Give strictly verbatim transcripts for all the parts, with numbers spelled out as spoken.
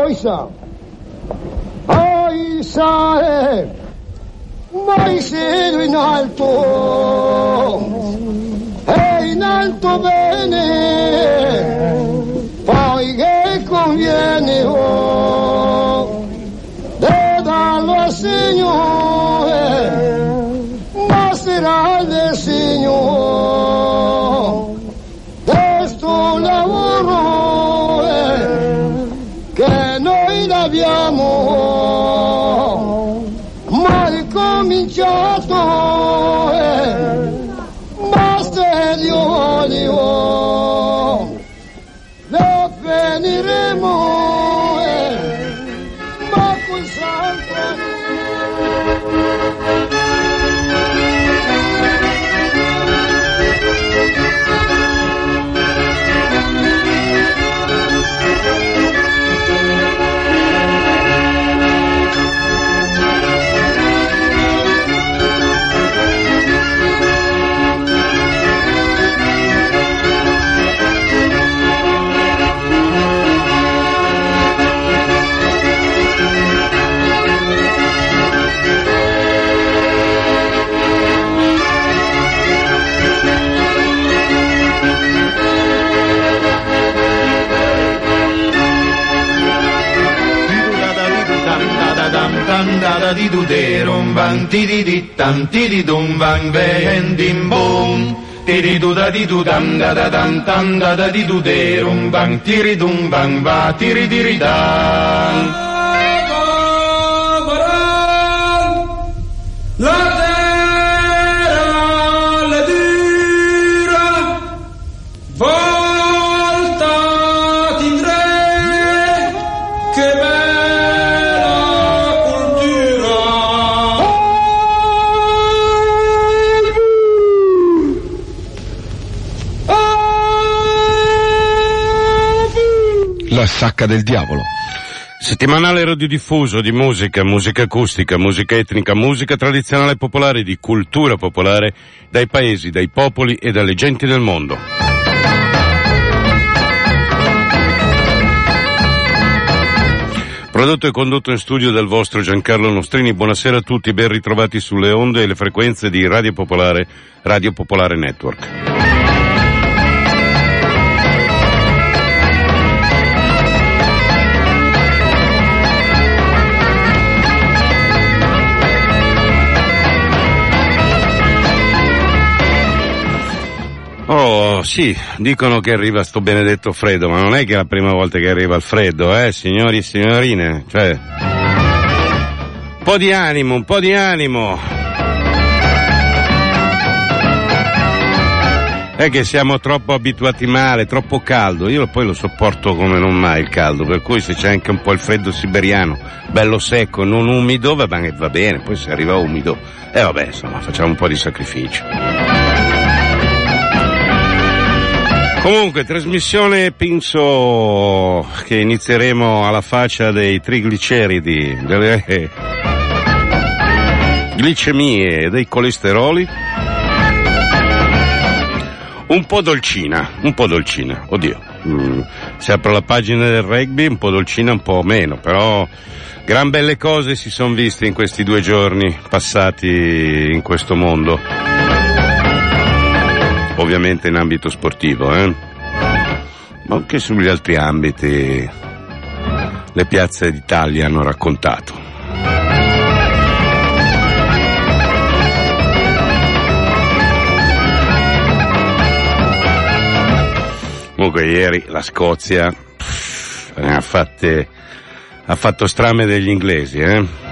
Aisa, Aisa, eh, mai siedo in alto, e in alto bene, poi che conviene, oh, de darlo al Signore, ma sarà del Signore, de sto lavoro, eh, che noi abbiamo mai cominciato, eh, basta Dio odio, lo finiremo, eh, ma col santo. Da di du derum bang ti di di tam ti di dum bang vendim boom ti di du da di du dam da da dam tam da da di du derum bang ti ri dum bang va ti ri di ri dam. La terra le dura volta tindre che la sacca del diavolo. Settimanale radiodiffuso di musica, musica acustica, musica etnica, musica tradizionale popolare, di cultura popolare, dai paesi, dai popoli e dalle genti del mondo. Prodotto e condotto in studio dal vostro Giancarlo Nostrini. Buonasera a tutti, ben ritrovati sulle onde e le frequenze di Radio Popolare, Radio Popolare Network. Oh, sì, dicono che arriva sto benedetto freddo, ma non è che è la prima volta che arriva il freddo, eh, signori e signorine, cioè... Un po' di animo, un po' di animo! È che siamo troppo abituati male, troppo caldo, io poi lo sopporto come non mai il caldo, per cui se c'è anche un po' il freddo siberiano, bello secco, non umido, va bene, va bene, poi se arriva umido, e eh, vabbè, insomma, facciamo un po' di sacrificio. Comunque, trasmissione penso che inizieremo alla faccia dei trigliceridi, delle glicemie, dei colesteroli. Un po' dolcina, un po' dolcina, oddio. Mm, se apro la pagina del rugby, un po' dolcina, un po' meno, però gran belle cose si sono viste in questi due giorni passati in questo mondo. Ovviamente in ambito sportivo, eh? Ma anche sugli altri ambiti le piazze d'Italia hanno raccontato. Comunque ieri la Scozia pff, ne ha fatte, ha fatto strame degli inglesi, eh?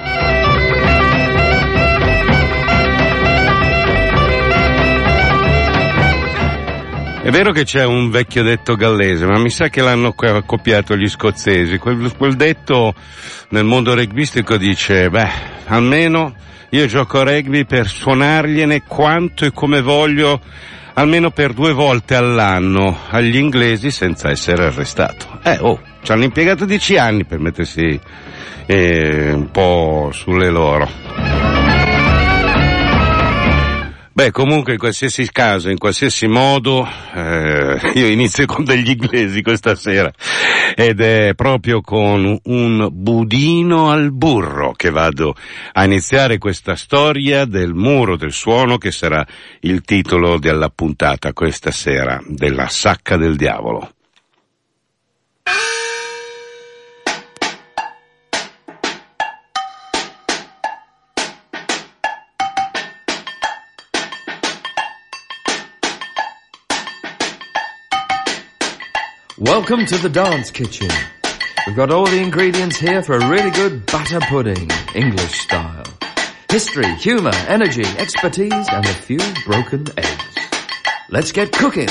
È vero che c'è un vecchio detto gallese, ma mi sa che l'hanno copiato gli scozzesi. Quel, quel detto nel mondo rugbyistico dice, beh, almeno io gioco a rugby per suonargliene quanto e come voglio, almeno per due volte all'anno, agli inglesi senza essere arrestato. Eh, oh, ci hanno impiegato dieci anni per mettersi eh, un po' sulle loro. Beh, comunque in qualsiasi caso, in qualsiasi modo, eh, io inizio con degli inglesi questa sera ed è proprio con un budino al burro che vado a iniziare questa storia del muro del suono, che sarà il titolo della puntata questa sera della Sacca del Diavolo. Welcome to the dance kitchen. We've got all the ingredients here for a really good batter pudding, English style. History, humor, energy, expertise, and a few broken eggs. Let's get cooking.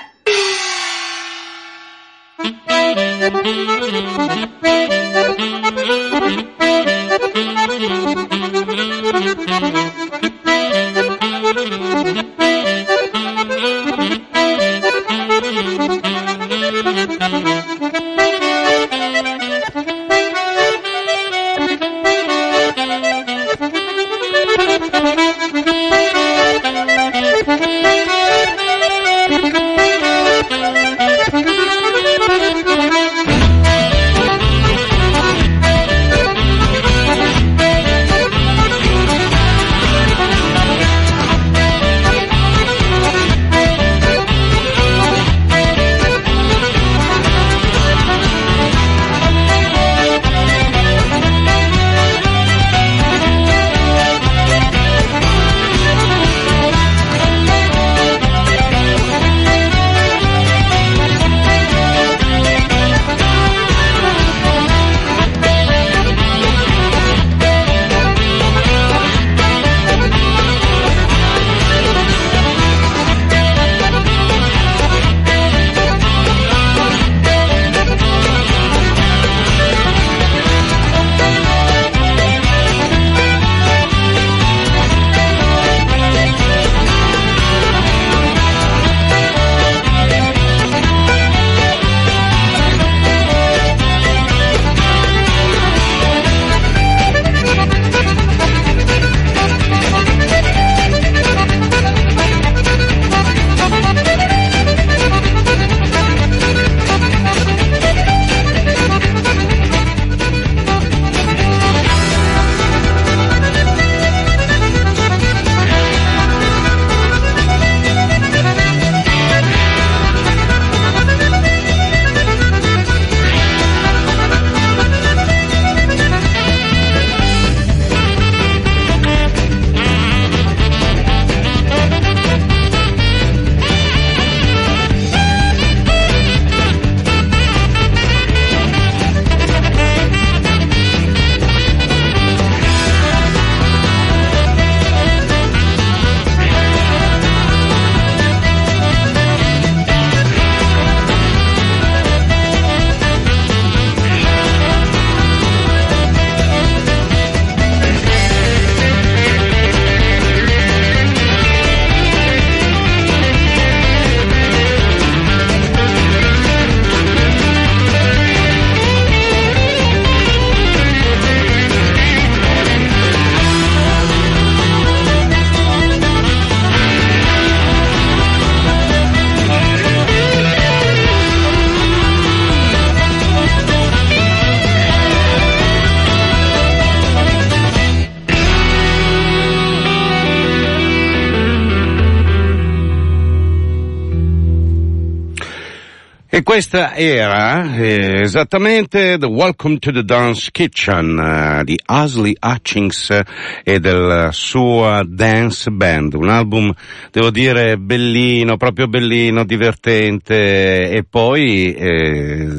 E questa era eh, esattamente The Welcome to the Dance Kitchen uh, di Ashley Hutchings e del suo Dance Band, un album, devo dire, bellino, proprio bellino, divertente, e poi, eh,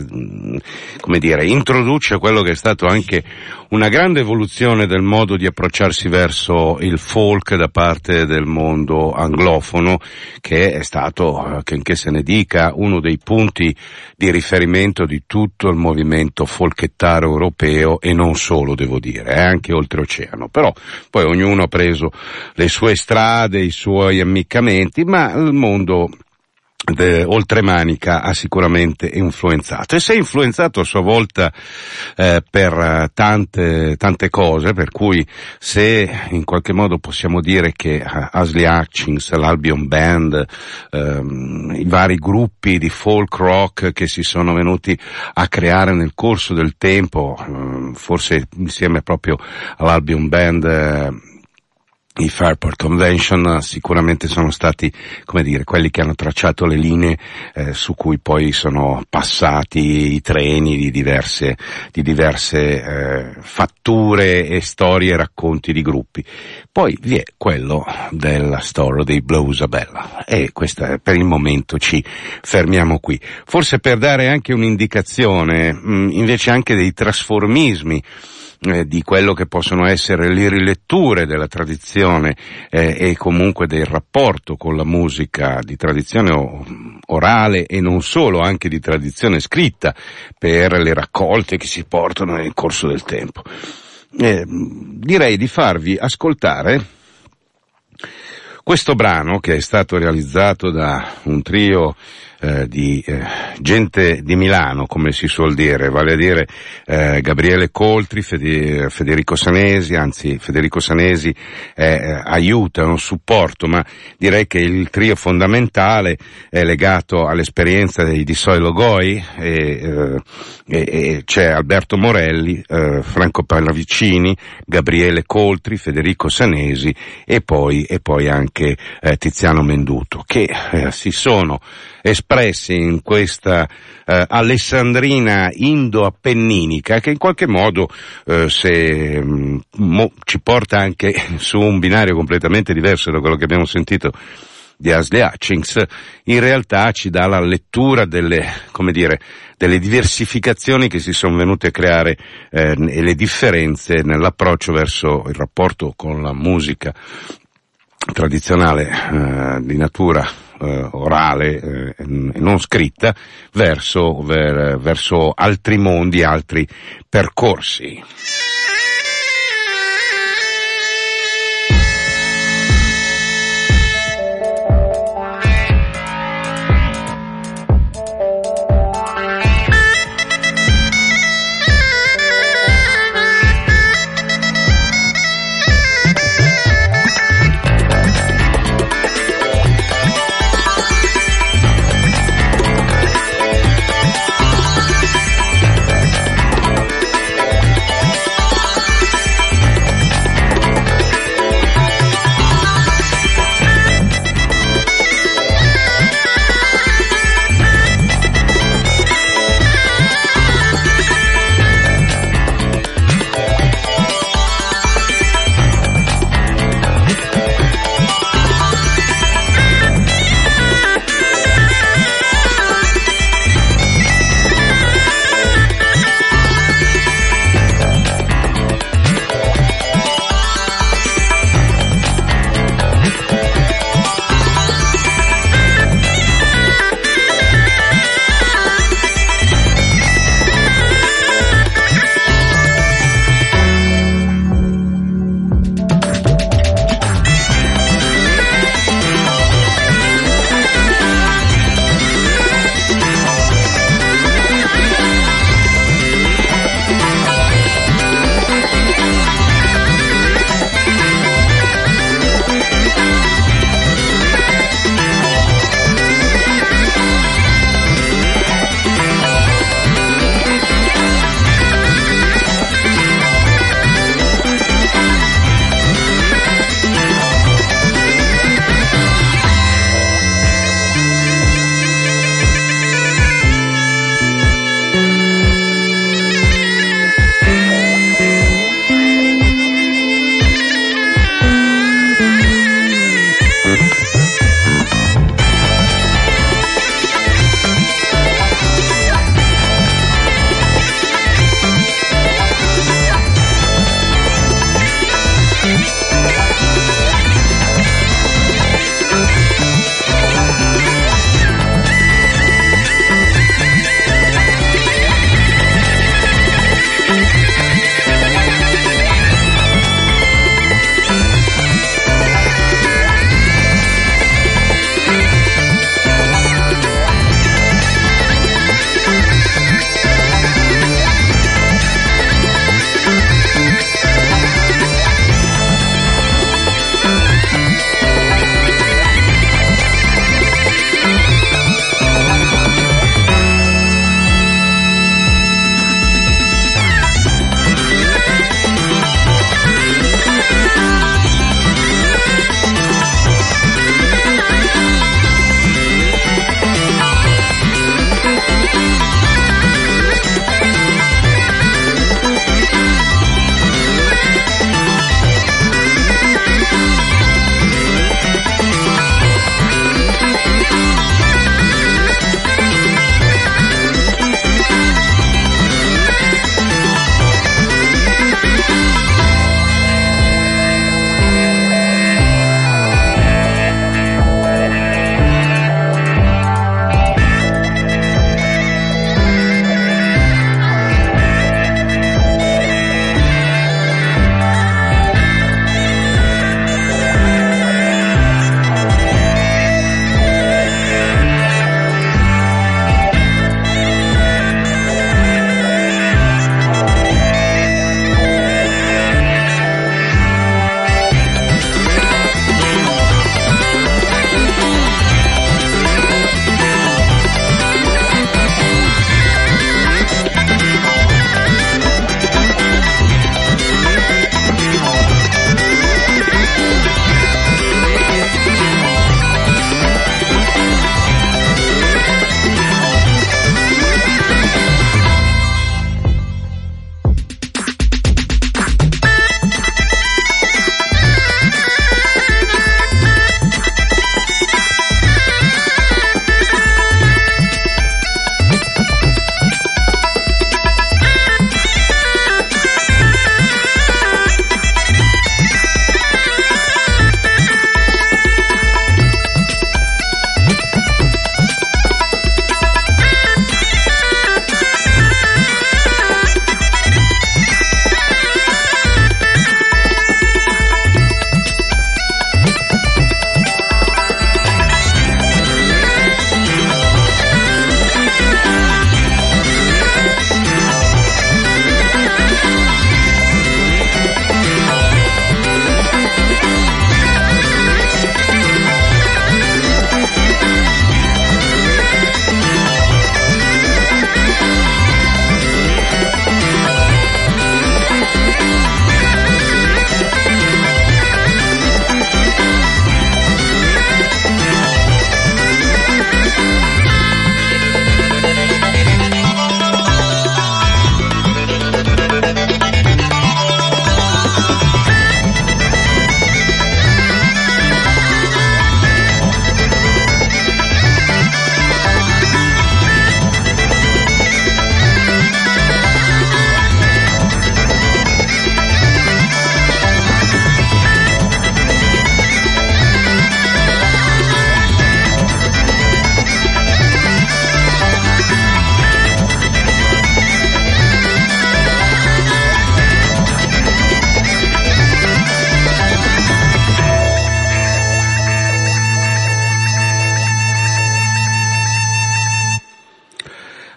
come dire, introduce quello che è stato anche una grande evoluzione del modo di approcciarsi verso il folk da parte del mondo anglofono, che è stato, che, che se ne dica, uno dei punti di riferimento di tutto il movimento folkettaro europeo, e non solo, devo dire, eh, anche oltreoceano. Però poi ognuno ha preso le sue strade, i suoi ammiccamenti, ma il mondo De, oltremanica ha sicuramente influenzato, e si è influenzato a sua volta eh, per tante tante cose, per cui se in qualche modo possiamo dire che Ashley Hutchings, l'Albion Band, ehm, i vari gruppi di folk rock che si sono venuti a creare nel corso del tempo, ehm, forse insieme proprio all'Albion Band, eh, i Fairport Convention sicuramente sono stati, come dire, quelli che hanno tracciato le linee eh, su cui poi sono passati i treni di diverse, di diverse eh, fatture e storie e racconti di gruppi. Poi vi è quello della storia dei Bluesabella, e questa, per il momento ci fermiamo qui. Forse per dare anche un'indicazione, mh, invece anche dei trasformismi, Eh, di quello che possono essere le riletture della tradizione eh, e comunque del rapporto con la musica di tradizione o, orale e non solo, anche di tradizione scritta, per le raccolte che si portano nel corso del tempo. Eh, direi di farvi ascoltare questo brano, che è stato realizzato da un trio Eh, di eh, gente di Milano, come si suol dire, vale a dire eh, Gabriele Coltri, Fede, Federico Sanesi, anzi Federico Sanesi eh, aiuta, è un supporto, ma direi che il trio fondamentale è legato all'esperienza dei Di Soilo Goi, e, eh, e, e c'è Alberto Morelli, eh, Franco Pallavicini, Gabriele Coltri, Federico Sanesi e poi, e poi anche eh, Tiziano Menduto, che eh, si sono espressi in questa eh, alessandrina indo-appenninica, che in qualche modo eh, se mh, mo, ci porta anche su un binario completamente diverso da quello che abbiamo sentito di Ashley Hutchings, in realtà ci dà la lettura delle, come dire, delle diversificazioni che si sono venute a creare eh, e le differenze nell'approccio verso il rapporto con la musica tradizionale eh, di natura Uh, orale e eh, non scritta verso, ver, verso altri mondi, altri percorsi.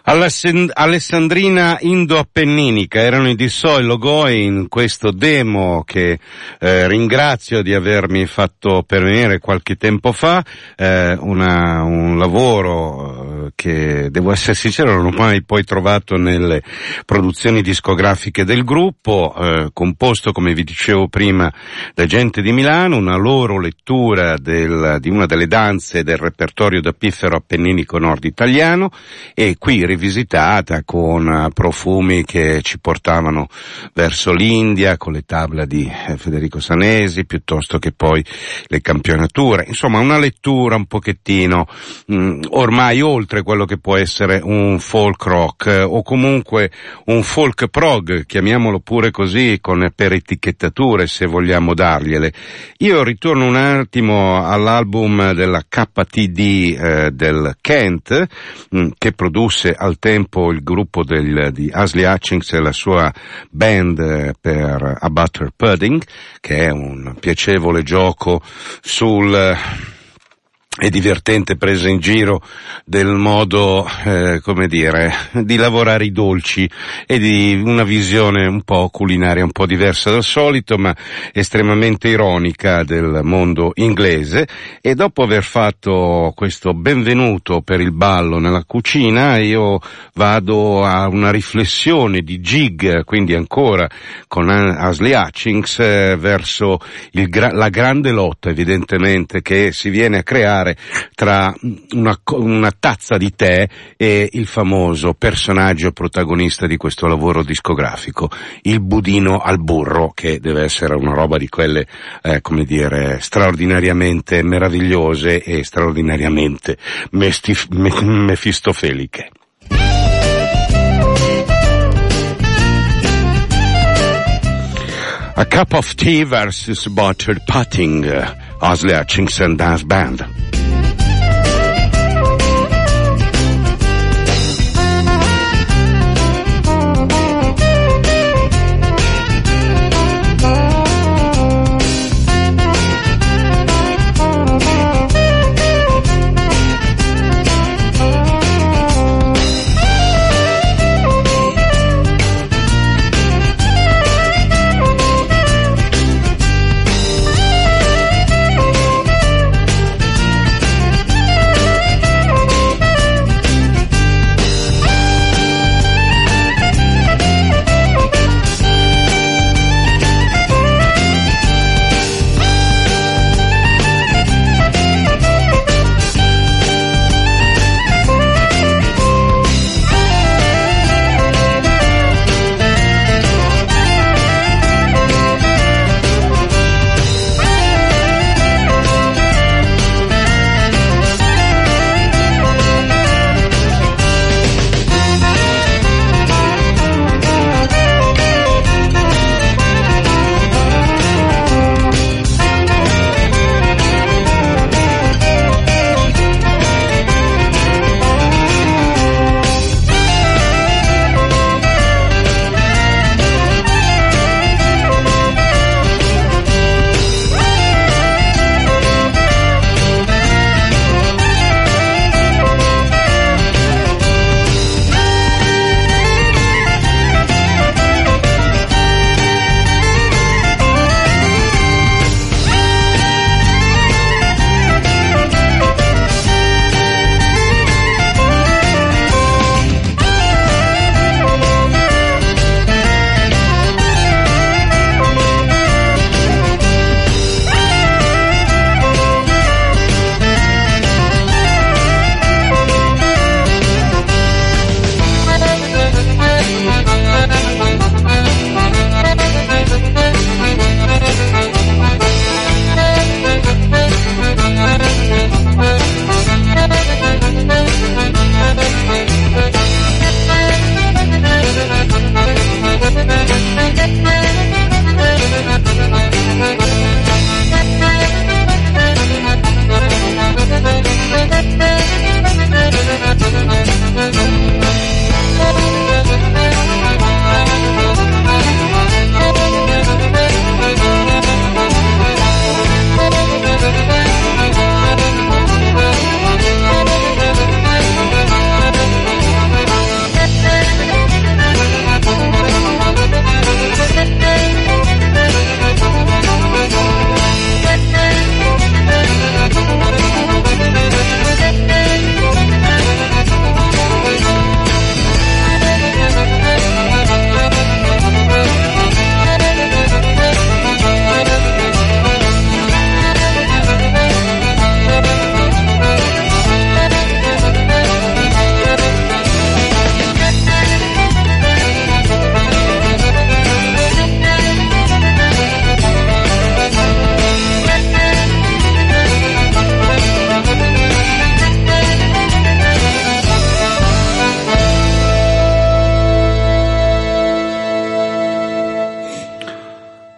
Alessandrina Indo-Appenninica erano i Dissoi Logoi in questo demo che eh, ringrazio di avermi fatto pervenire qualche tempo fa, eh, una, un lavoro eh, che, devo essere sincero, non ho mai poi trovato nelle produzioni discografiche del gruppo, eh, composto, come vi dicevo prima, da gente di Milano, una loro lettura del, di una delle danze del repertorio da piffero appenninico nord italiano, e qui rivisitata con profumi che ci portavano verso l'India, con le tabla di Federico Sanesi, piuttosto che poi le campionature. Insomma, una lettura un pochettino mh, ormai oltre quello che può essere un folk rock, eh, o comunque un folk prog, chiamiamolo pure così, con, per etichettature se vogliamo dargliele. Io ritorno un attimo all'album della K T D eh, del Kent, mh, che produsse al tempo il gruppo del, di Ashley Hutchings e la sua band eh, per A Butter Pudding, che è un piacevole gioco sul eh, e divertente presa in giro del modo, eh, come dire, di lavorare i dolci, e di una visione un po' culinaria, un po' diversa dal solito, ma estremamente ironica del mondo inglese. E dopo aver fatto questo benvenuto per il ballo nella cucina, io vado a una riflessione di jig, quindi ancora con Ashley Hutchings, eh, verso il gra- la grande lotta, evidentemente, che si viene a creare tra una, una tazza di tè e il famoso personaggio protagonista di questo lavoro discografico, il budino al burro, che deve essere una roba di quelle, eh, come dire, straordinariamente meravigliose e straordinariamente mestif- me- mefistofelicche. A Cup of Tea versus Buttered Pudding, Ashley Hutchings and Dance Band.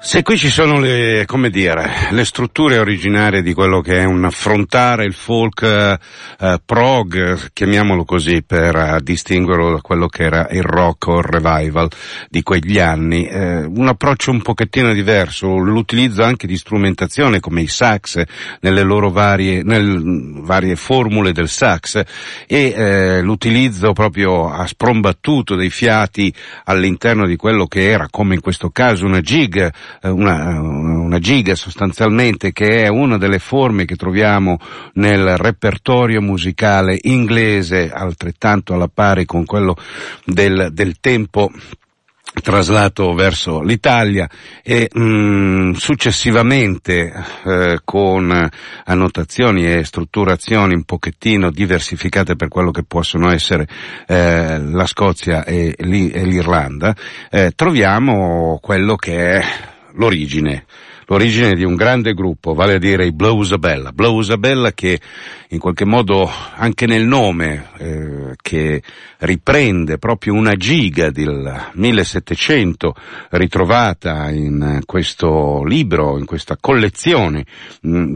Se qui ci sono le, come dire, le strutture originarie di quello che è un affrontare il folk eh, prog, chiamiamolo così, per eh, distinguerlo da quello che era il rock o il revival di quegli anni, eh, un approccio un pochettino diverso, l'utilizzo anche di strumentazione come i sax nelle loro varie, nel, varie formule del sax e eh, l'utilizzo proprio a sprombattuto dei fiati all'interno di quello che era, come in questo caso, una jig, Una, una giga sostanzialmente, che è una delle forme che troviamo nel repertorio musicale inglese, altrettanto alla pari con quello del, del tempo traslato verso l'Italia e mh, successivamente eh, con annotazioni e strutturazioni un pochettino diversificate per quello che possono essere eh, la Scozia e, e l'Irlanda, eh, troviamo quello che è l'origine, l'origine di un grande gruppo, vale a dire i Blows-A-Bella. Blows-A-Bella che in qualche modo anche nel nome, eh, che riprende proprio una giga del millesettecento ritrovata in questo libro, in questa collezione mh,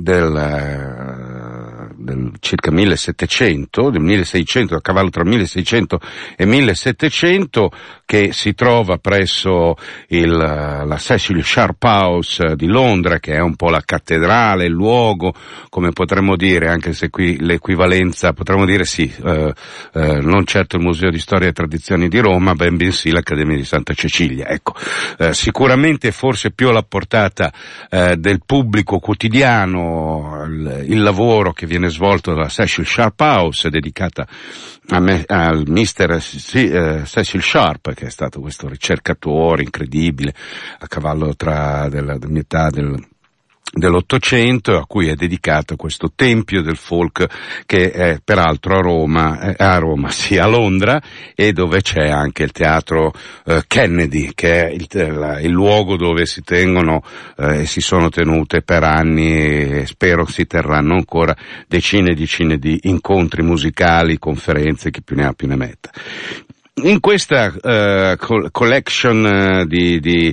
del, del circa millesettecento, del milleseicento, a cavallo tra milleseicento e millesettecento, che si trova presso il, la Cecil Sharp House di Londra, che è un po' la cattedrale, il luogo, come potremmo dire, anche se qui l'equivalenza, potremmo dire sì, eh, eh, non certo il Museo di Storia e Tradizioni di Roma, ben bensì l'Accademia di Santa Cecilia. Ecco, eh, sicuramente forse più alla portata eh, del pubblico quotidiano il, il lavoro che viene svolto dalla Cecil Sharp House, dedicata a me, al mister sì, eh, Cecil Sharp, che è stato questo ricercatore incredibile a cavallo tra della, della metà del dell'Ottocento, a cui è dedicato questo tempio del folk che è peraltro a Roma, eh, a Roma, sì, a Londra, e dove c'è anche il teatro eh, Kennedy, che è il, il, il luogo dove si tengono e eh, si sono tenute per anni, e spero si terranno ancora decine e decine di incontri musicali, conferenze, chi più ne ha più ne metta. In questa uh, collection uh, di, di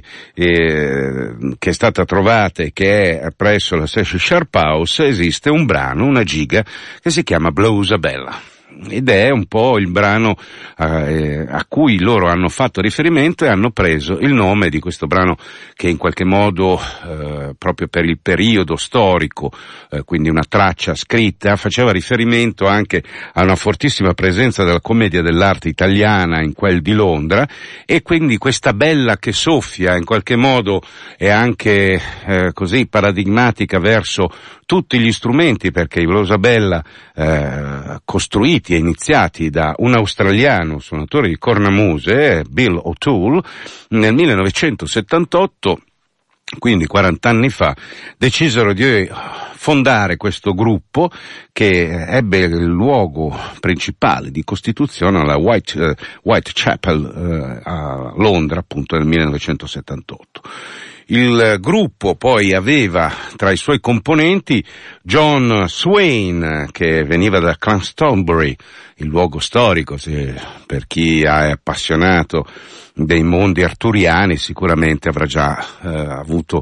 eh, che è stata trovata e che è presso la Cecil Sharp House esiste un brano, una giga, che si chiama Blows-A-Bella. Ed è un po' il brano eh, a cui loro hanno fatto riferimento e hanno preso il nome di questo brano che in qualche modo eh, proprio per il periodo storico, eh, quindi una traccia scritta, faceva riferimento anche a una fortissima presenza della commedia dell'arte italiana in quel di Londra, e quindi questa bella che soffia in qualche modo è anche eh, così paradigmatica verso tutti gli strumenti, perché i Blows-A-Bella eh, costruiti e iniziati da un australiano suonatore di cornamuse, Bill O'Toole, nel millenovecentosettantotto, quindi quaranta anni fa, decisero di fondare questo gruppo che ebbe il luogo principale di costituzione alla White, uh, Whitechapel uh, a Londra, appunto nel millenovecentosettantotto. Il gruppo poi aveva tra i suoi componenti John Swain, che veniva da Glastonbury, il luogo storico, se, per chi è appassionato dei mondi arturiani sicuramente avrà già eh, avuto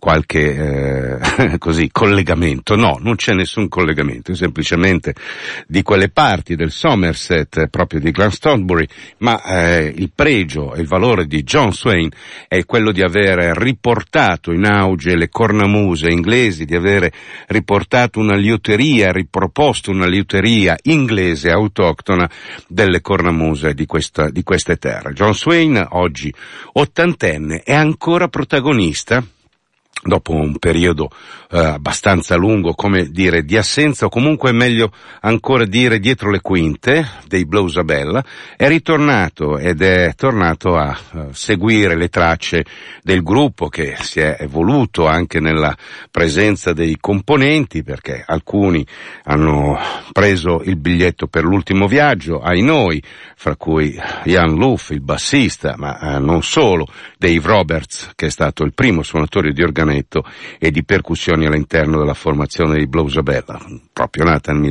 qualche eh, così collegamento. No, non c'è nessun collegamento, è semplicemente di quelle parti del Somerset, proprio di Glastonbury, ma eh, il pregio e il valore di John Swain è quello di aver riportato in auge le cornamuse inglesi, di avere riportato una liuteria, riproposto una liuteria inglese autoctona delle cornamuse di questa, di queste terre. John Swain, oggi ottantenne, è ancora protagonista dopo un periodo eh, abbastanza lungo, come dire, di assenza, o comunque è meglio ancora dire dietro le quinte dei Blows-A-Bella, è ritornato ed è tornato a uh, seguire le tracce del gruppo, che si è evoluto anche nella presenza dei componenti, perché alcuni hanno preso il biglietto per l'ultimo viaggio, ai noi, fra cui Ian Luff, il bassista, ma eh, non solo, Dave Roberts, che è stato il primo suonatore di organetto e di percussioni all'interno della formazione dei Blows-A-Bella, proprio nata nel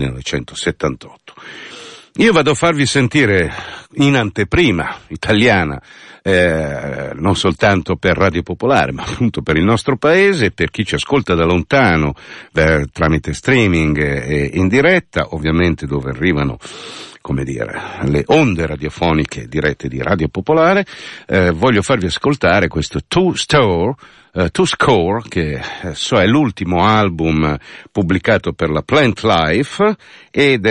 millenovecentosettantotto. Io vado a farvi sentire in anteprima italiana eh, non soltanto per Radio Popolare, ma appunto per il nostro paese, per chi ci ascolta da lontano, eh, tramite streaming e in diretta, ovviamente dove arrivano, come dire, le onde radiofoniche dirette di Radio Popolare. Eh, voglio farvi ascoltare questo Two Store, uh, Two Score, che eh, so, è l'ultimo album pubblicato per la Plant Life, ed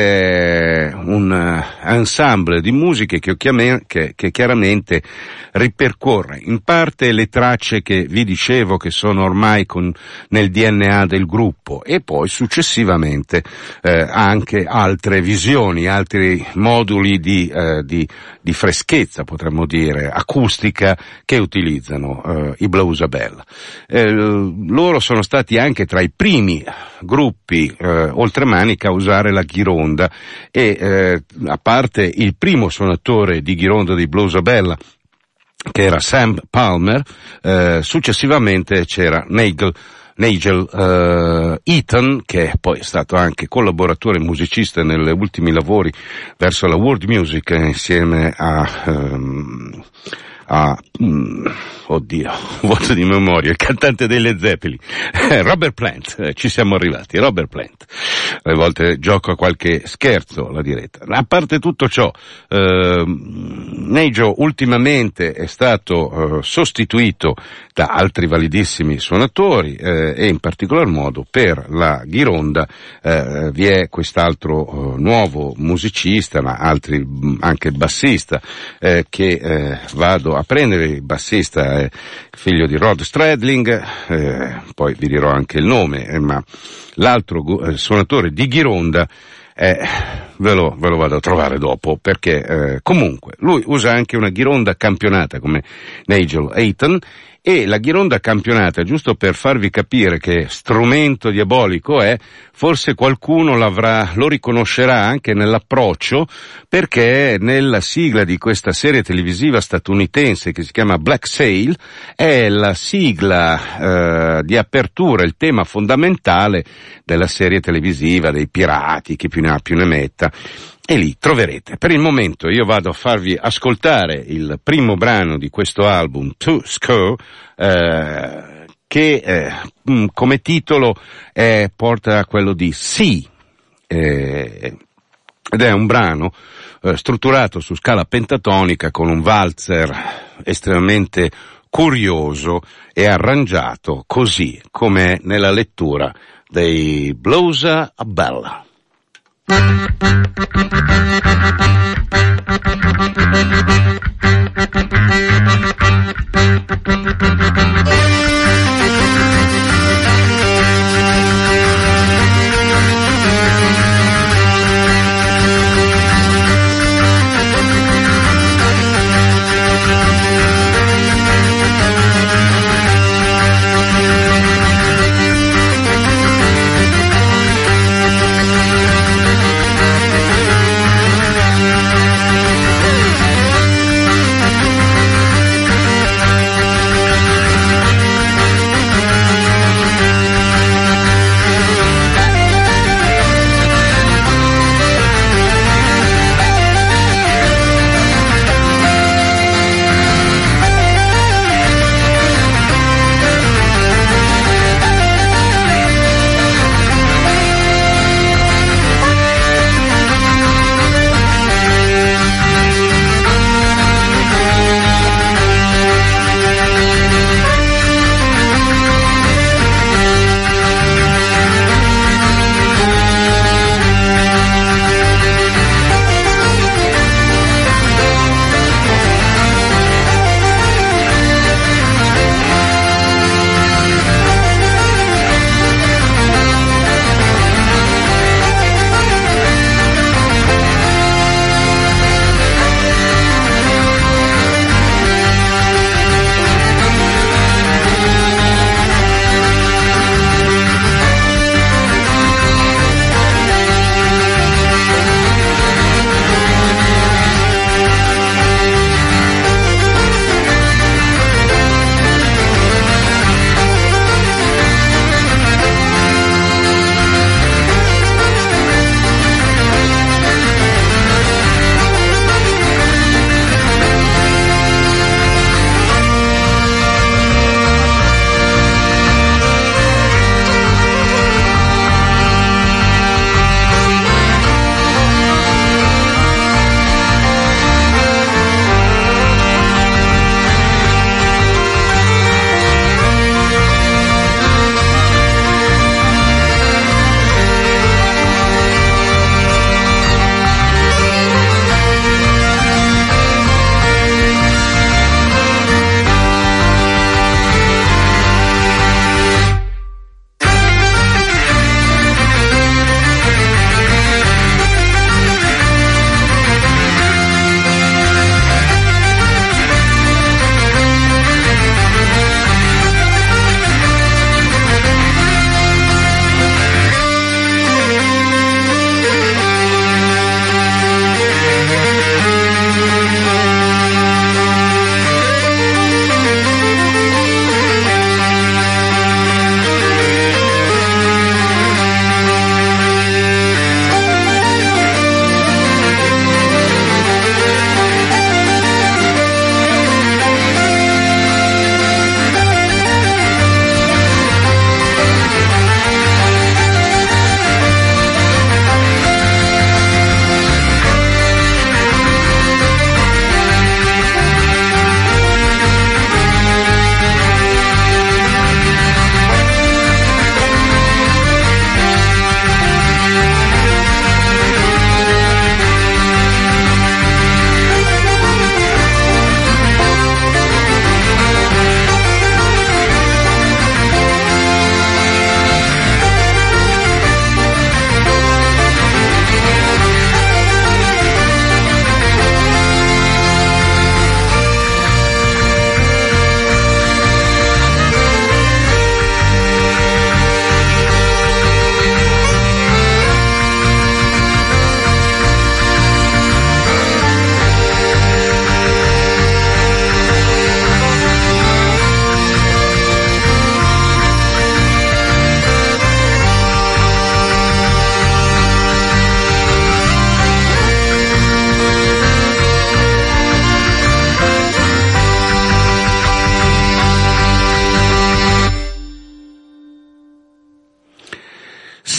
è un uh, ensemble di musiche che, che, che chiaramente ripercorre in parte le tracce che vi dicevo che sono ormai con, nel D N A del gruppo, e poi successivamente eh, anche altre visioni, altri moduli di, eh, di, di freschezza, potremmo dire, acustica, che utilizzano eh, i Bluesabella. Eh, loro sono stati anche tra i primi gruppi eh, oltremanica a usare la ghironda, e eh, a parte il primo suonatore di ghironda di Bluesabella, che era Sam Palmer, eh, successivamente c'era Nigel Nigel uh, Eaton, che poi è stato anche collaboratore musicista negli ultimi lavori verso la world music, insieme a um, a mm, oddio, vuoto di memoria, il cantante dei Led Zeppelin, Robert Plant, eh, ci siamo arrivati, Robert Plant. A volte gioco a qualche scherzo la diretta. A parte tutto ciò, eh, Nigel ultimamente è stato eh, sostituito da altri validissimi suonatori, eh, e in particolar modo per la ghironda eh, vi è quest'altro eh, nuovo musicista, ma altri, anche il bassista, eh, che eh, vado a prendere. Il bassista è figlio di Rod Stradling, eh, poi vi dirò anche il nome, eh, ma l'altro eh, suonatore di ghironda eh, ve lo, ve lo vado a trovare dopo, perché eh, comunque lui usa anche una ghironda campionata come Nigel Eaton, e la ghironda campionata, giusto per farvi capire che strumento diabolico è, forse qualcuno l'avrà, lo riconoscerà anche nell'approccio, perché nella sigla di questa serie televisiva statunitense che si chiama Black Sail è la sigla eh, di apertura, il tema fondamentale della serie televisiva dei pirati, chi più ne ha più ne metta. E lì troverete. Per il momento io vado a farvi ascoltare il primo brano di questo album, Two Score, eh, che eh, come titolo eh, porta a quello di Sea, eh, ed è un brano eh, strutturato su scala pentatonica con un valzer estremamente curioso e arrangiato così come nella lettura dei Bluesabella.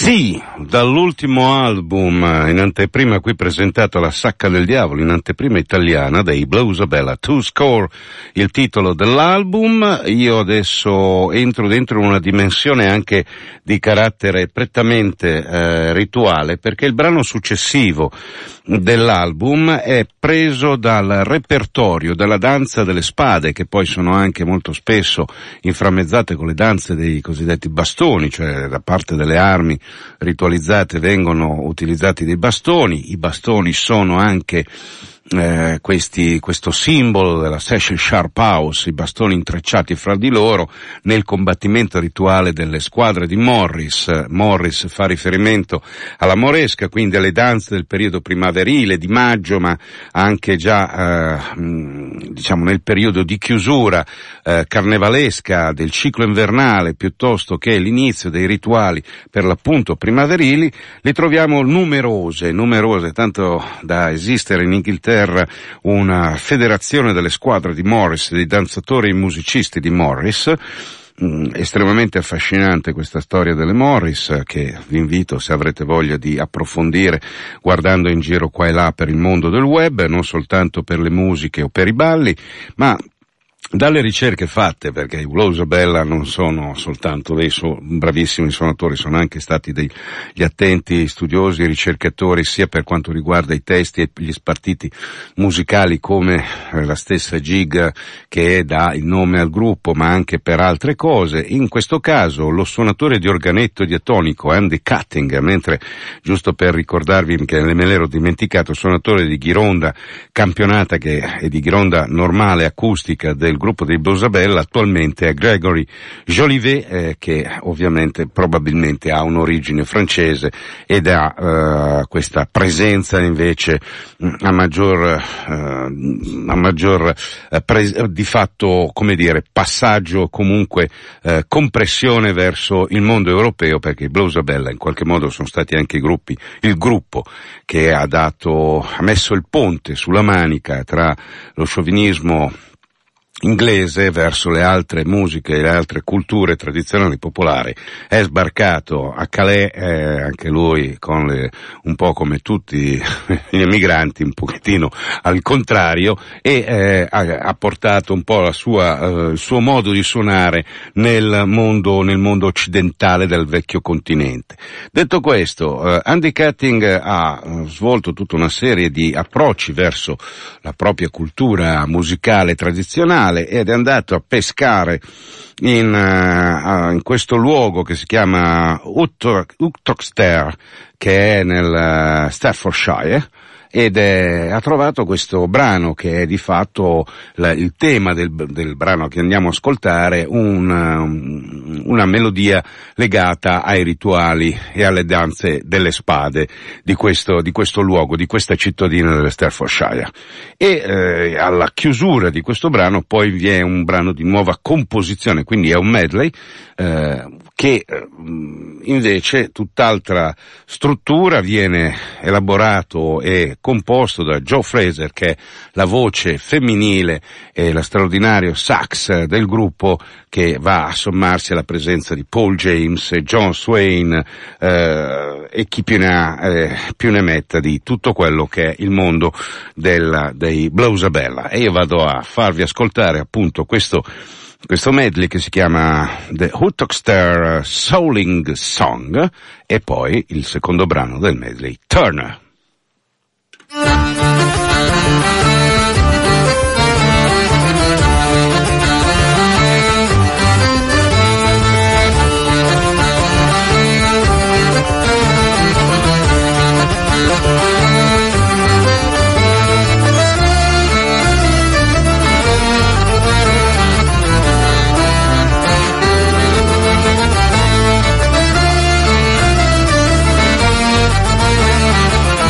Sì, dall'ultimo album in anteprima qui presentato La Sacca del Diavolo, in anteprima italiana dei Bluesabella, Two Score, il titolo dell'album. Io adesso entro dentro una dimensione anche di carattere prettamente eh, rituale, perché il brano successivo dell'album è preso dal repertorio della danza delle spade, che poi sono anche molto spesso inframmezzate con le danze dei cosiddetti bastoni, cioè da parte delle armi ritualizzate vengono utilizzati dei bastoni. I bastoni sono anche eh, questi, questo simbolo della Session Sharp House, i bastoni intrecciati fra di loro nel combattimento rituale delle squadre di Morris. Morris fa riferimento alla moresca, quindi alle danze del periodo primaverile, di maggio, ma anche già eh, diciamo nel periodo di chiusura eh, carnevalesca del ciclo invernale, piuttosto che l'inizio dei rituali per l'appunto primaverili. Le troviamo numerose, numerose, tanto da esistere in Inghilterra una federazione delle squadre di Morris, dei danzatori e musicisti di Morris. Mm, estremamente affascinante questa storia delle Morris, che vi invito, se avrete voglia, di approfondire guardando in giro qua e là per il mondo del web, non soltanto per le musiche o per i balli, ma dalle ricerche fatte, perché i Bluesabella non sono soltanto dei su- bravissimi suonatori, sono anche stati degli attenti studiosi, ricercatori, sia per quanto riguarda i testi e gli spartiti musicali, come la stessa Gig che dà il nome al gruppo, ma anche per altre cose. In questo caso lo suonatore di organetto diatonico Andy Cutting, mentre, giusto per ricordarvi che me l'ero dimenticato, suonatore di ghironda campionata che è di ghironda normale acustica del gruppo dei Bluesabella, attualmente è Gregory Jolivet, eh, che ovviamente probabilmente ha un'origine francese ed ha eh, questa presenza invece a maggior eh, a maggior eh, pres- di fatto, come dire, passaggio, comunque eh, compressione verso il mondo europeo, perché i Bluesabella in qualche modo sono stati anche i gruppi, il gruppo che ha dato, ha messo il ponte sulla Manica tra lo sciovinismo inglese verso le altre musiche e le altre culture tradizionali popolari. È sbarcato a Calais, eh, anche lui con le, un po' come tutti gli emigranti, un pochettino al contrario, e eh, ha, ha portato un po' la sua, eh, il suo modo di suonare nel mondo, nel mondo occidentale del vecchio continente. Detto questo, eh, Andy Cutting ha eh, svolto tutta una serie di approcci verso la propria cultura musicale tradizionale ed è andato a pescare in, uh, in questo luogo che si chiama Uttoxeter, che è nel uh, Staffordshire, ed è, ha trovato questo brano che è di fatto la, il tema del, del brano che andiamo a ascoltare, un, um, una melodia legata ai rituali e alle danze delle spade di questo, di questo luogo, di questa cittadina delle Staffordshire. E eh, alla chiusura di questo brano poi vi è un brano di nuova composizione, quindi è un medley eh, che eh, invece tutt'altra struttura, viene elaborato e composto da Joe Fraser, che è la voce femminile e la straordinario sax del gruppo, che va a sommarsi alla presenza di Paul James e John Swain eh, e chi più ne ha eh, più ne metta di tutto quello che è il mondo del, dei Bluesabella. E io vado a farvi ascoltare appunto questo questo medley che si chiama The Uttoxeter Souling Song, e poi il secondo brano del medley, Turner. Thank you.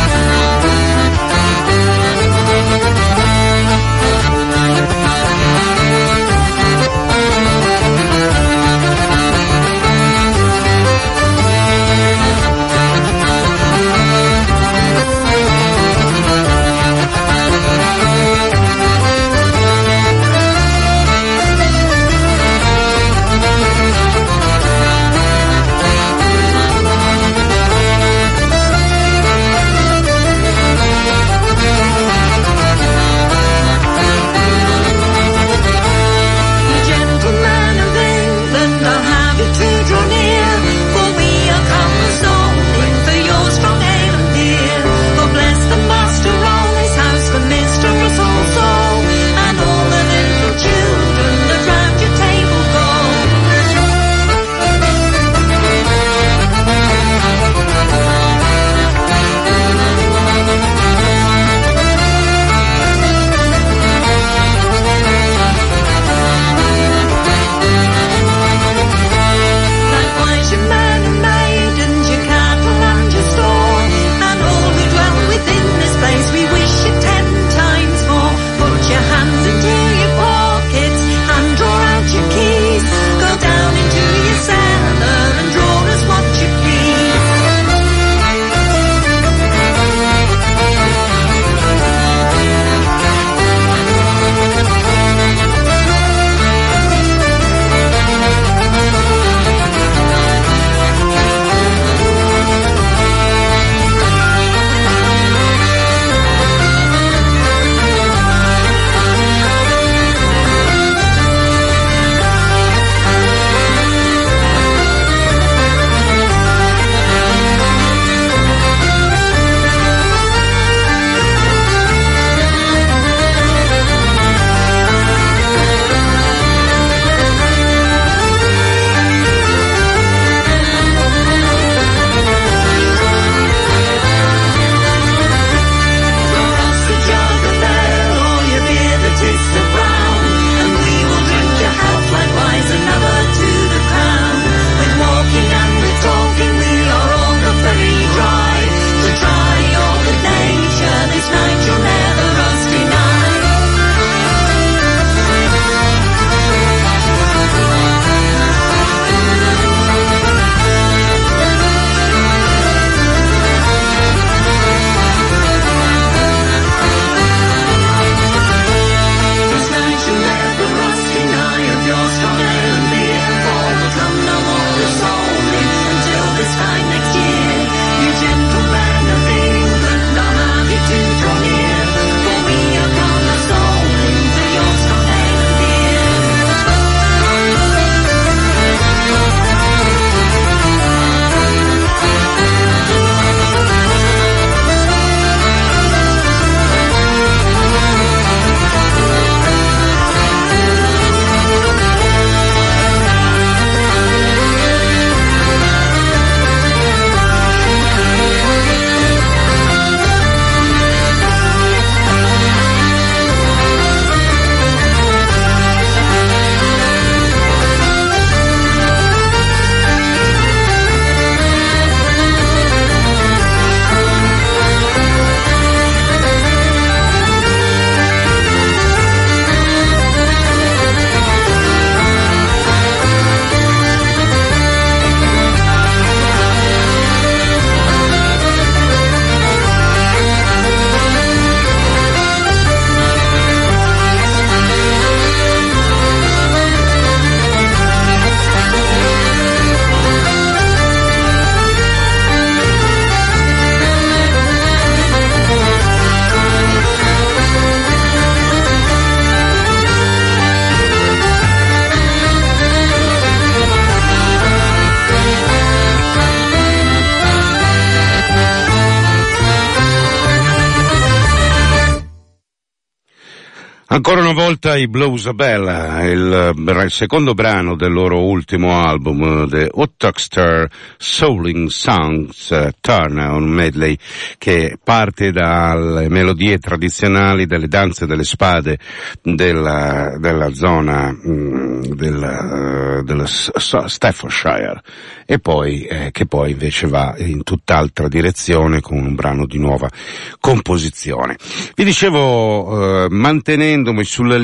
Ancora una volta i Bluesabella, il, il secondo brano del loro ultimo album, The Uttoxeter Souling Songs, uh, torna un medley che parte dalle melodie tradizionali delle danze delle spade della, della zona mh, della, uh, della Staffordshire e poi eh, che poi invece va in tutt'altra direzione con un brano di nuova composizione. Vi dicevo, eh, mantenendomi sulla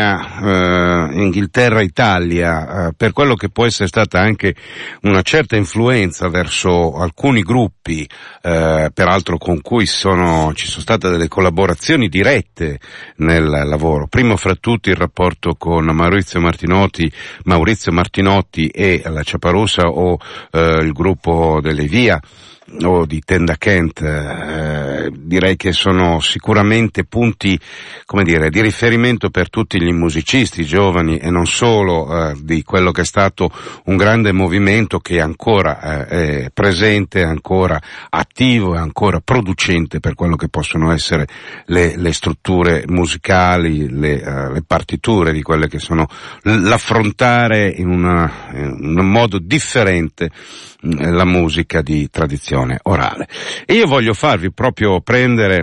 linea eh, Inghilterra-Italia, eh, per quello che può essere stata anche una certa influenza verso alcuni gruppi, eh, peraltro con cui sono, ci sono state delle collaborazioni dirette nel lavoro, primo fra tutti il rapporto con Maurizio Martinotti, Maurizio Martinotti e la Ciaparossa o eh, il gruppo delle Via o di Tenda Kent, eh, direi che sono sicuramente punti, come dire, di riferimento per tutti gli musicisti giovani e non solo, eh, di quello che è stato un grande movimento che è ancora eh, è presente, è ancora attivo, è ancora producente per quello che possono essere le, le strutture musicali, le, uh, le partiture di quelle che sono l'affrontare in, una, in un modo differente la musica di tradizione orale. E io voglio farvi proprio prendere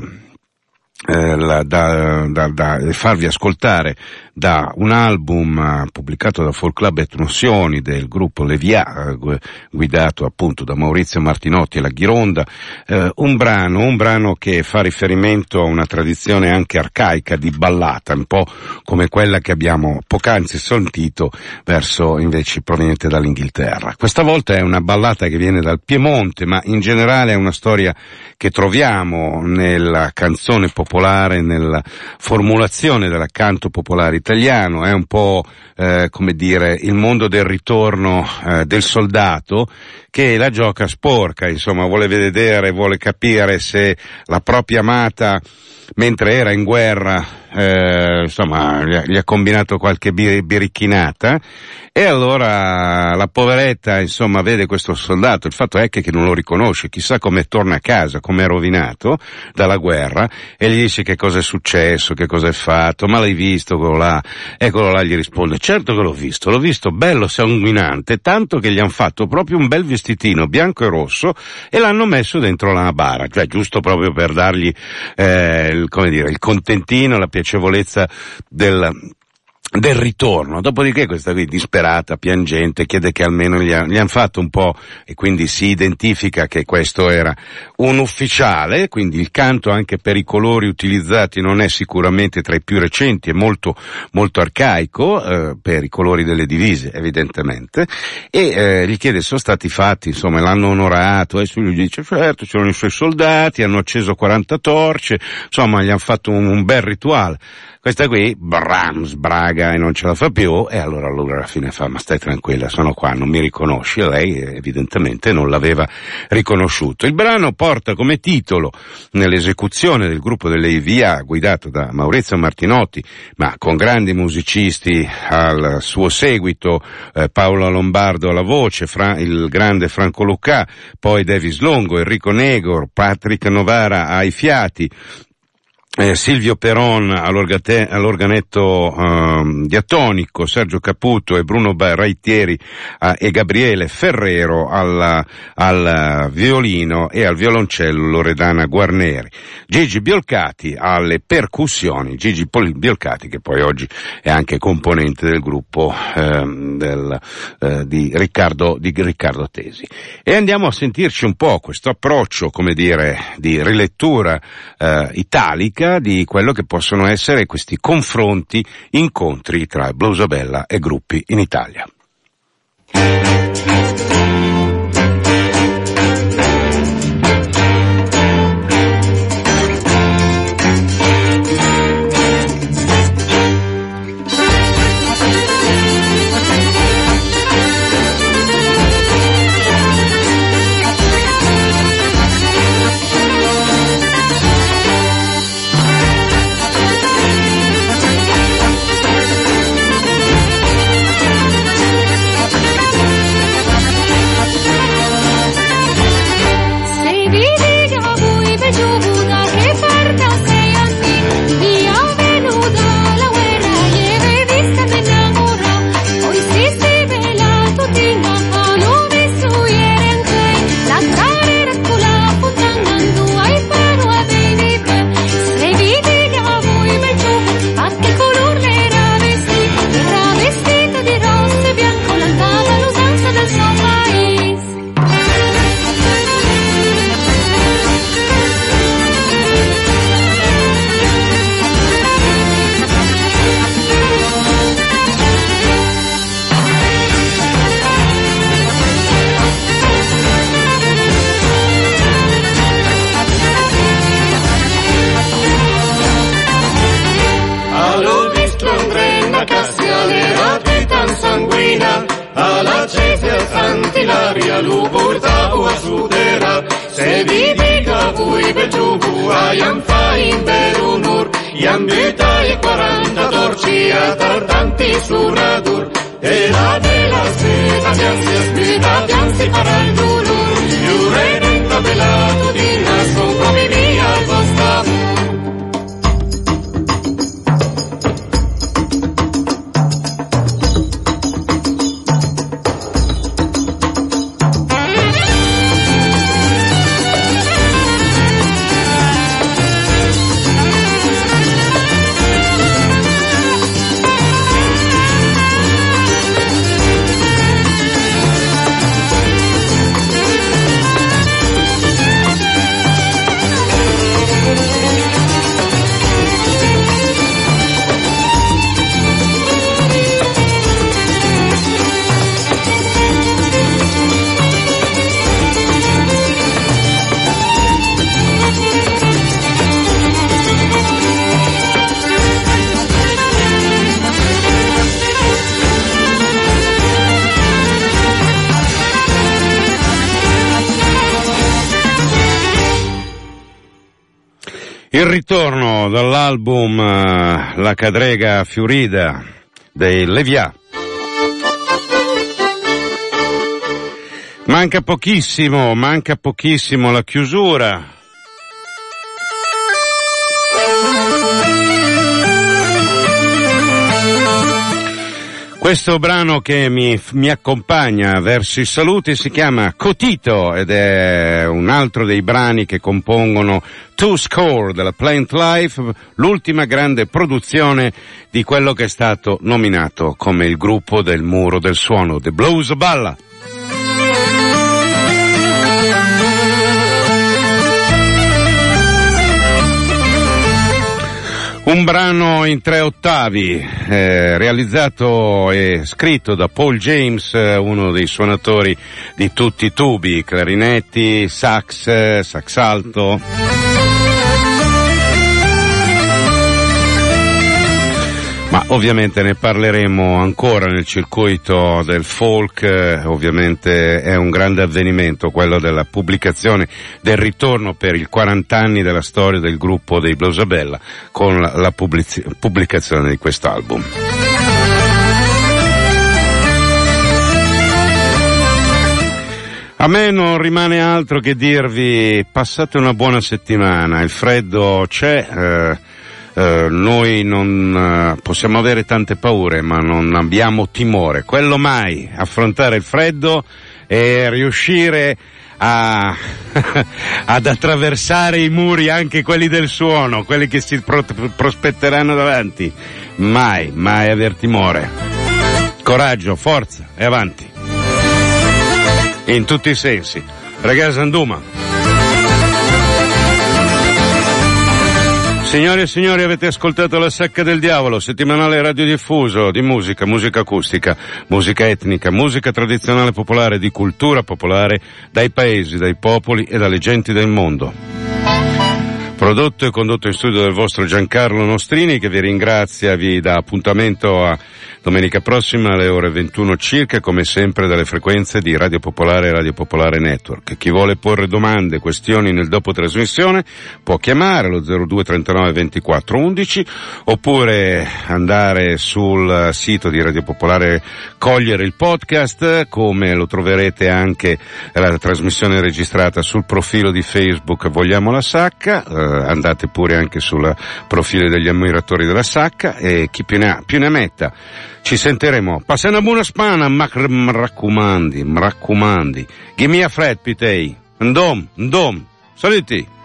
eh, la, da, da, da, farvi ascoltare da un album uh, pubblicato da Folk Club Etnosioni del gruppo Levia, uh, guidato appunto da Maurizio Martinotti e la Ghironda, uh, un brano, un brano che fa riferimento a una tradizione anche arcaica di ballata, un po' come quella che abbiamo poc'anzi sentito verso invece proveniente dall'Inghilterra. Questa volta è una ballata che viene dal Piemonte, ma in generale è una storia che troviamo nella canzone popolare, nella formulazione del canto popolare italiano. È un po' eh, come dire il mondo del ritorno eh, del soldato che la gioca sporca, insomma vuole vedere, vuole capire se la propria amata mentre era in guerra eh, insomma gli ha, gli ha combinato qualche bir- biricchinata e allora la poveretta insomma vede questo soldato, il fatto è che, che non lo riconosce, chissà come torna a casa, come è rovinato dalla guerra, e gli dice che cosa è successo, che cosa è fatto, ma l'hai visto quello là? E quello là gli risponde: certo che l'ho visto, l'ho visto bello sanguinante, tanto che gli han fatto proprio un bel vestitino bianco e rosso e l'hanno messo dentro la bara, cioè giusto proprio per dargli eh, il, come dire, il contentino, la piacevolezza del del ritorno. Dopodiché questa qui disperata, piangente, chiede che almeno gli, ha, gli hanno fatto un po', e quindi si identifica che questo era un ufficiale, quindi il canto anche per i colori utilizzati non è sicuramente tra i più recenti, è molto molto arcaico eh, per i colori delle divise evidentemente, e eh, gli chiede: sono stati fatti, insomma l'hanno onorato, e lui dice certo, c'erano i suoi soldati, hanno acceso quaranta torce, insomma gli hanno fatto un, un bel rituale. Questa qui, bram, sbraga e non ce la fa più, e allora allora alla fine fa: ma stai tranquilla, sono qua, non mi riconosci? E lei evidentemente non l'aveva riconosciuto. Il brano porta come titolo, nell'esecuzione del gruppo delle Via, guidato da Maurizio Martinotti, ma con grandi musicisti al suo seguito, eh, Paolo Lombardo alla voce, Fra, il grande Franco Lucca, poi Davis Longo, Enrico Negor, Patrick Novara ai fiati, Eh, Silvio Peron all'organetto um, diatonico, Sergio Caputo e Bruno Raitieri uh, e Gabriele Ferrero alla, al violino e al violoncello Loredana Guarneri, Gigi Biolcati alle percussioni, Gigi Pol- Biolcati che poi oggi è anche componente del gruppo um, del, uh, di Riccardo di Riccardo Tesi. E andiamo a sentirci un po' questo approccio, come dire, di rilettura uh, italica di quello che possono essere questi confronti, incontri tra Bluesabella e gruppi in Italia. lu portavo a sudera, se vidi che voi per giù, aiam fa in per un'ur, iam butai quaranta torci a tardanti su radur, e la bella seta piansi a sputa, piansi farà il durur, più renendo belato di nascon come via al vostro. Il ritorno dall'album uh, La Cadrega Fiorida dei Levià. Manca pochissimo, manca pochissimo la chiusura. Questo brano che mi, mi accompagna verso i saluti si chiama Cotito ed è un altro dei brani che compongono Two Score della Plant Life, l'ultima grande produzione di quello che è stato nominato come il gruppo del Muro del Suono, The Blues Balla. Un brano in tre ottavi, eh, realizzato e scritto da Paul James, uno dei suonatori di tutti i tubi, clarinetti, sax, sax alto. Ma ovviamente ne parleremo ancora nel circuito del folk, eh, ovviamente è un grande avvenimento quello della pubblicazione del ritorno per i quaranta anni della storia del gruppo dei Bluesabella con la, la pubblic- pubblicazione di quest'album. A me non rimane altro che dirvi passate una buona settimana, il freddo c'è, eh, Uh, noi non uh, possiamo avere tante paure, ma non abbiamo timore. Quello mai, affrontare il freddo e riuscire a ad attraversare i muri, anche quelli del suono, quelli che si pro- prospetteranno davanti. Mai, mai aver timore. Coraggio, forza e avanti. In tutti i sensi. Ragazzi, Anduma. Signore e signori, avete ascoltato La Sacca del Diavolo, settimanale radiodiffuso di musica, musica acustica, musica etnica, musica tradizionale popolare, di cultura popolare, dai paesi, dai popoli e dalle genti del mondo. Prodotto e condotto in studio dal vostro Giancarlo Nostrini, che vi ringrazia, vi dà appuntamento a domenica prossima alle ore ventuno circa, come sempre dalle frequenze di Radio Popolare e Radio Popolare Network. Chi vuole porre domande, questioni nel dopo trasmissione può chiamare lo zero due trentanove ventiquattro undici oppure andare sul sito di Radio Popolare, cogliere il podcast, come lo troverete anche la trasmissione registrata sul profilo di Facebook Vogliamo la Sacca. Eh, andate pure anche sul profilo degli ammiratori della Sacca e chi più ne ha più ne metta. Ci sentiremo. Passa una buona spana, ma mi raccomandi, mi raccomandi. Give me a fred, Pitei. Ndom, ndom. Saluti.